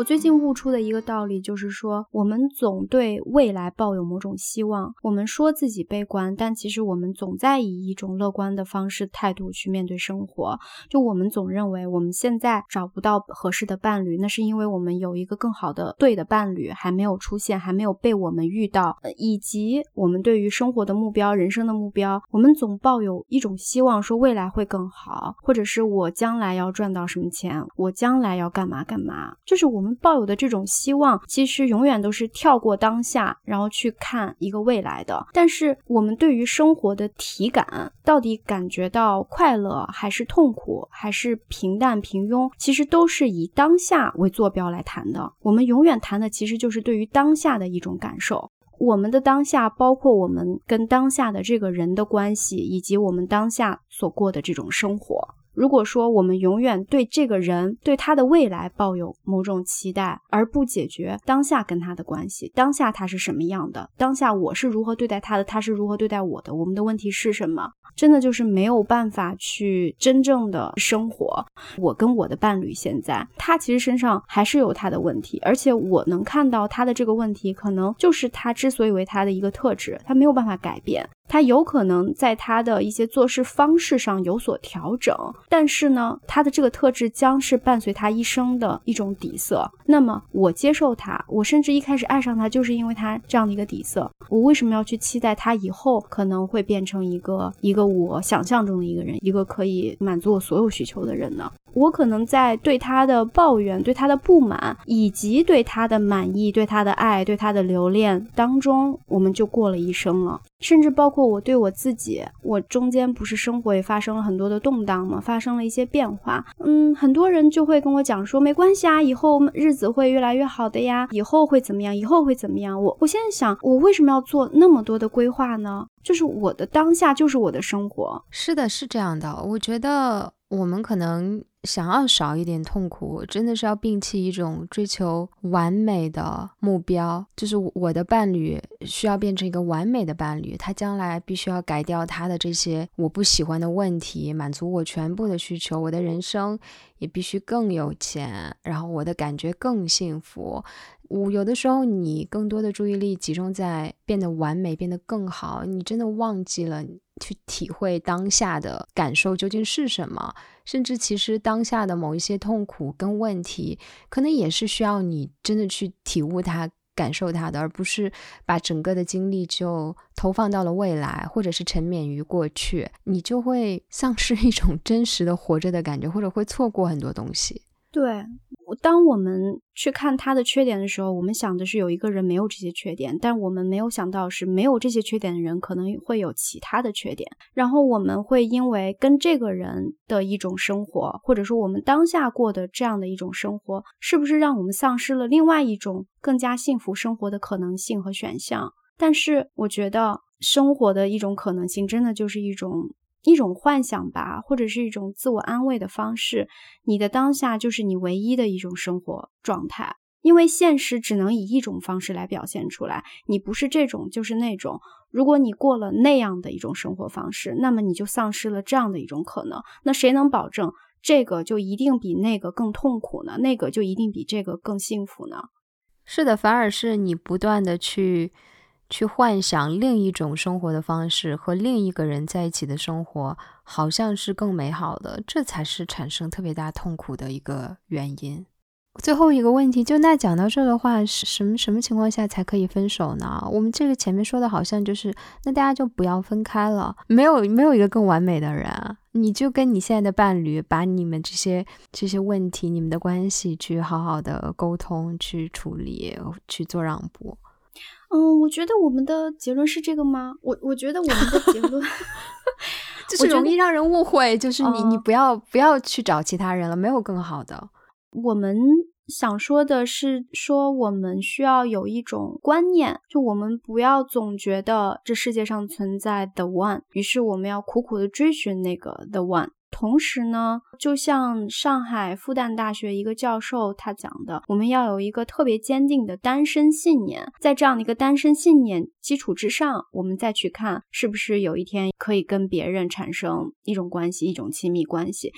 我最近悟出的一个道理就是说，我们总对未来抱有某种希望，我们说自己悲观，但其实我们总在以一种乐观的方式态度去面对生活。就我们总认为我们现在找不到合适的伴侣，那是因为我们有一个更好的对的伴侣还没有出现，还没有被我们遇到，以及我们对于生活的目标、人生的目标，我们总抱有一种希望，说未来会更好，或者是我将来要赚到什么钱，我将来要干嘛干嘛，就是我们抱有的这种希望其实永远都是跳过当下，然后去看一个未来的。但是我们对于生活的体感，到底感觉到快乐还是痛苦还是平淡平庸，其实都是以当下为坐标来谈的。我们永远谈的其实就是对于当下的一种感受。我们的当下包括我们跟当下的这个人的关系，以及我们当下所过的这种生活。如果说我们永远对这个人对他的未来抱有某种期待，而不解决当下跟他的关系，当下他是什么样的，当下我是如何对待他的，他是如何对待我的，我们的问题是什么，真的就是没有办法去真正的生活。我跟我的伴侣现在，他其实身上还是有他的问题，而且我能看到他的这个问题可能就是他之所以为他的一个特质，他没有办法改变，他有可能在他的一些做事方式上有所调整，但是呢，他的这个特质将是伴随他一生的一种底色。那么我接受他，我甚至一开始爱上他就是因为他这样的一个底色，我为什么要去期待他以后可能会变成一个我想象中的一个人，一个可以满足我所有需求的人呢？我可能在对他的抱怨、对他的不满，以及对他的满意、对他的爱、对他的留恋当中，我们就过了一生了。甚至包括我对我自己，我中间不是生活也发生了很多的动荡嘛，发生了一些变化。很多人就会跟我讲说，没关系啊，以后日子会越来越好的呀，以后会怎么样，以后会怎么样。我现在想，我为什么要做那么多的规划呢？就是我的当下就是我的生活。 是的，是这样的。我觉得我们可能想要少一点痛苦，真的是要摒弃一种追求完美的目标，就是我的伴侣需要变成一个完美的伴侣，他将来必须要改掉他的这些我不喜欢的问题，满足我全部的需求，我的人生也必须更有钱，然后我的感觉更幸福。有的时候你更多的注意力集中在变得完美，变得更好，你真的忘记了去体会当下的感受究竟是什么，甚至其实当下的某一些痛苦跟问题可能也是需要你真的去体悟它，感受它的，而不是把整个的精力就投放到了未来，或者是沉湎于过去，你就会丧失一种真实的活着的感觉，或者会错过很多东西。 对，当我们去看他的缺点的时候，我们想的是有一个人没有这些缺点，但我们没有想到是没有这些缺点的人可能会有其他的缺点，然后我们会因为跟这个人的一种生活，或者说我们当下过的这样的一种生活，是不是让我们丧失了另外一种更加幸福生活的可能性和选项？但是我觉得生活的一种可能性真的就是一种幻想吧，或者是一种自我安慰的方式。你的当下就是你唯一的一种生活状态，因为现实只能以一种方式来表现出来，你不是这种就是那种。如果你过了那样的一种生活方式，那么你就丧失了这样的一种可能。那谁能保证这个就一定比那个更痛苦呢？那个就一定比这个更幸福呢？ 是的，反而是你不断的去幻想另一种生活的方式，和另一个人在一起的生活好像是更美好的，这才是产生特别大痛苦的一个原因。最后一个问题，就那讲到这的话，什么情况下才可以分手呢？我们这个前面说的好像就是那大家就不要分开了，没有一个更完美的人啊，你就跟你现在的伴侣把你们这些问题，你们的关系去好好的沟通，去处理，去做让步。 我觉得我们的结论是这个吗？我觉得我们的结论就是容易让人误会，就是你不要去找其他人了，没有更好的。 我们想说的是说我们需要有一种观念，就我们不要总觉得这世界上存在 the one， 于是我们要苦苦的追寻那个 the one。同时呢，就像上海复旦大学一个教授他讲的，我们要有一个特别坚定的单身信念，在这样的一个单身信念基础之上，我们再去看是不是有一天可以跟别人产生一种关系，一种亲密关系。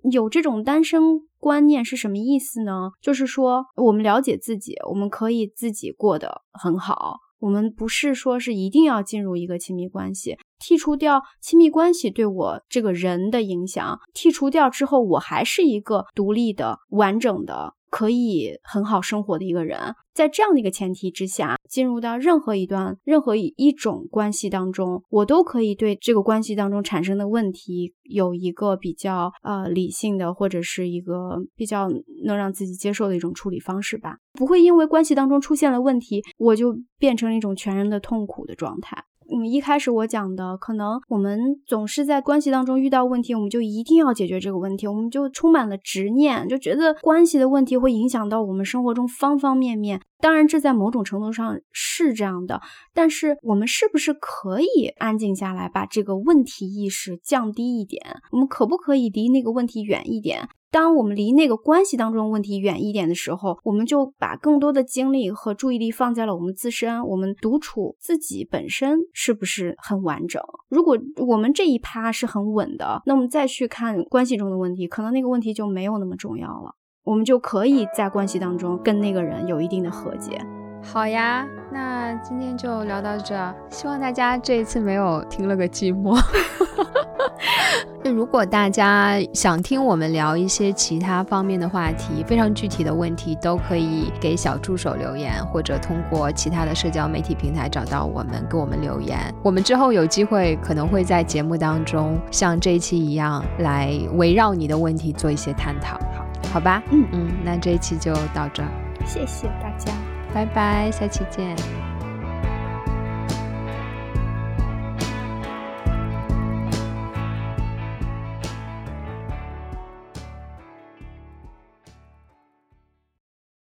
有这种单身观念是什么意思呢？就是说我们了解自己，我们可以自己过得很好，我们不是说是一定要进入一个亲密关系，剔除掉亲密关系对我这个人的影响，剔除掉之后，我还是一个独立的、完整的，可以很好生活的一个人。在这样的一个前提之下，进入到任何一种关系当中，我都可以对这个关系当中产生的问题有一个比较理性的，或者是一个比较能让自己接受的一种处理方式吧。不会因为关系当中出现了问题，我就变成一种全然的痛苦的状态。一开始我讲的，可能我们总是在关系当中遇到问题，我们就一定要解决这个问题，我们就充满了执念，就觉得关系的问题会影响到我们生活中方方面面。当然这在某种程度上是这样的，但是我们是不是可以安静下来，把这个问题意识降低一点？我们可不可以离那个问题远一点？当我们离那个关系当中的问题远一点的时候，我们就把更多的精力和注意力放在了我们自身，我们独处自己本身是不是很完整。如果我们这一趴是很稳的，那我们再去看关系中的问题，可能那个问题就没有那么重要了，我们就可以在关系当中跟那个人有一定的和解。 好呀，那今天就聊到这，希望大家这一次没有听了个寂寞。如果大家想听我们聊一些其他方面的话题，非常具体的问题，都可以给小助手留言，或者通过其他的社交媒体平台找到我们，给我们留言。我们之后有机会可能会在节目当中像这一期一样来围绕你的问题做一些探讨，好吧？那这一期就到这， 谢谢大家， 拜拜，下期见。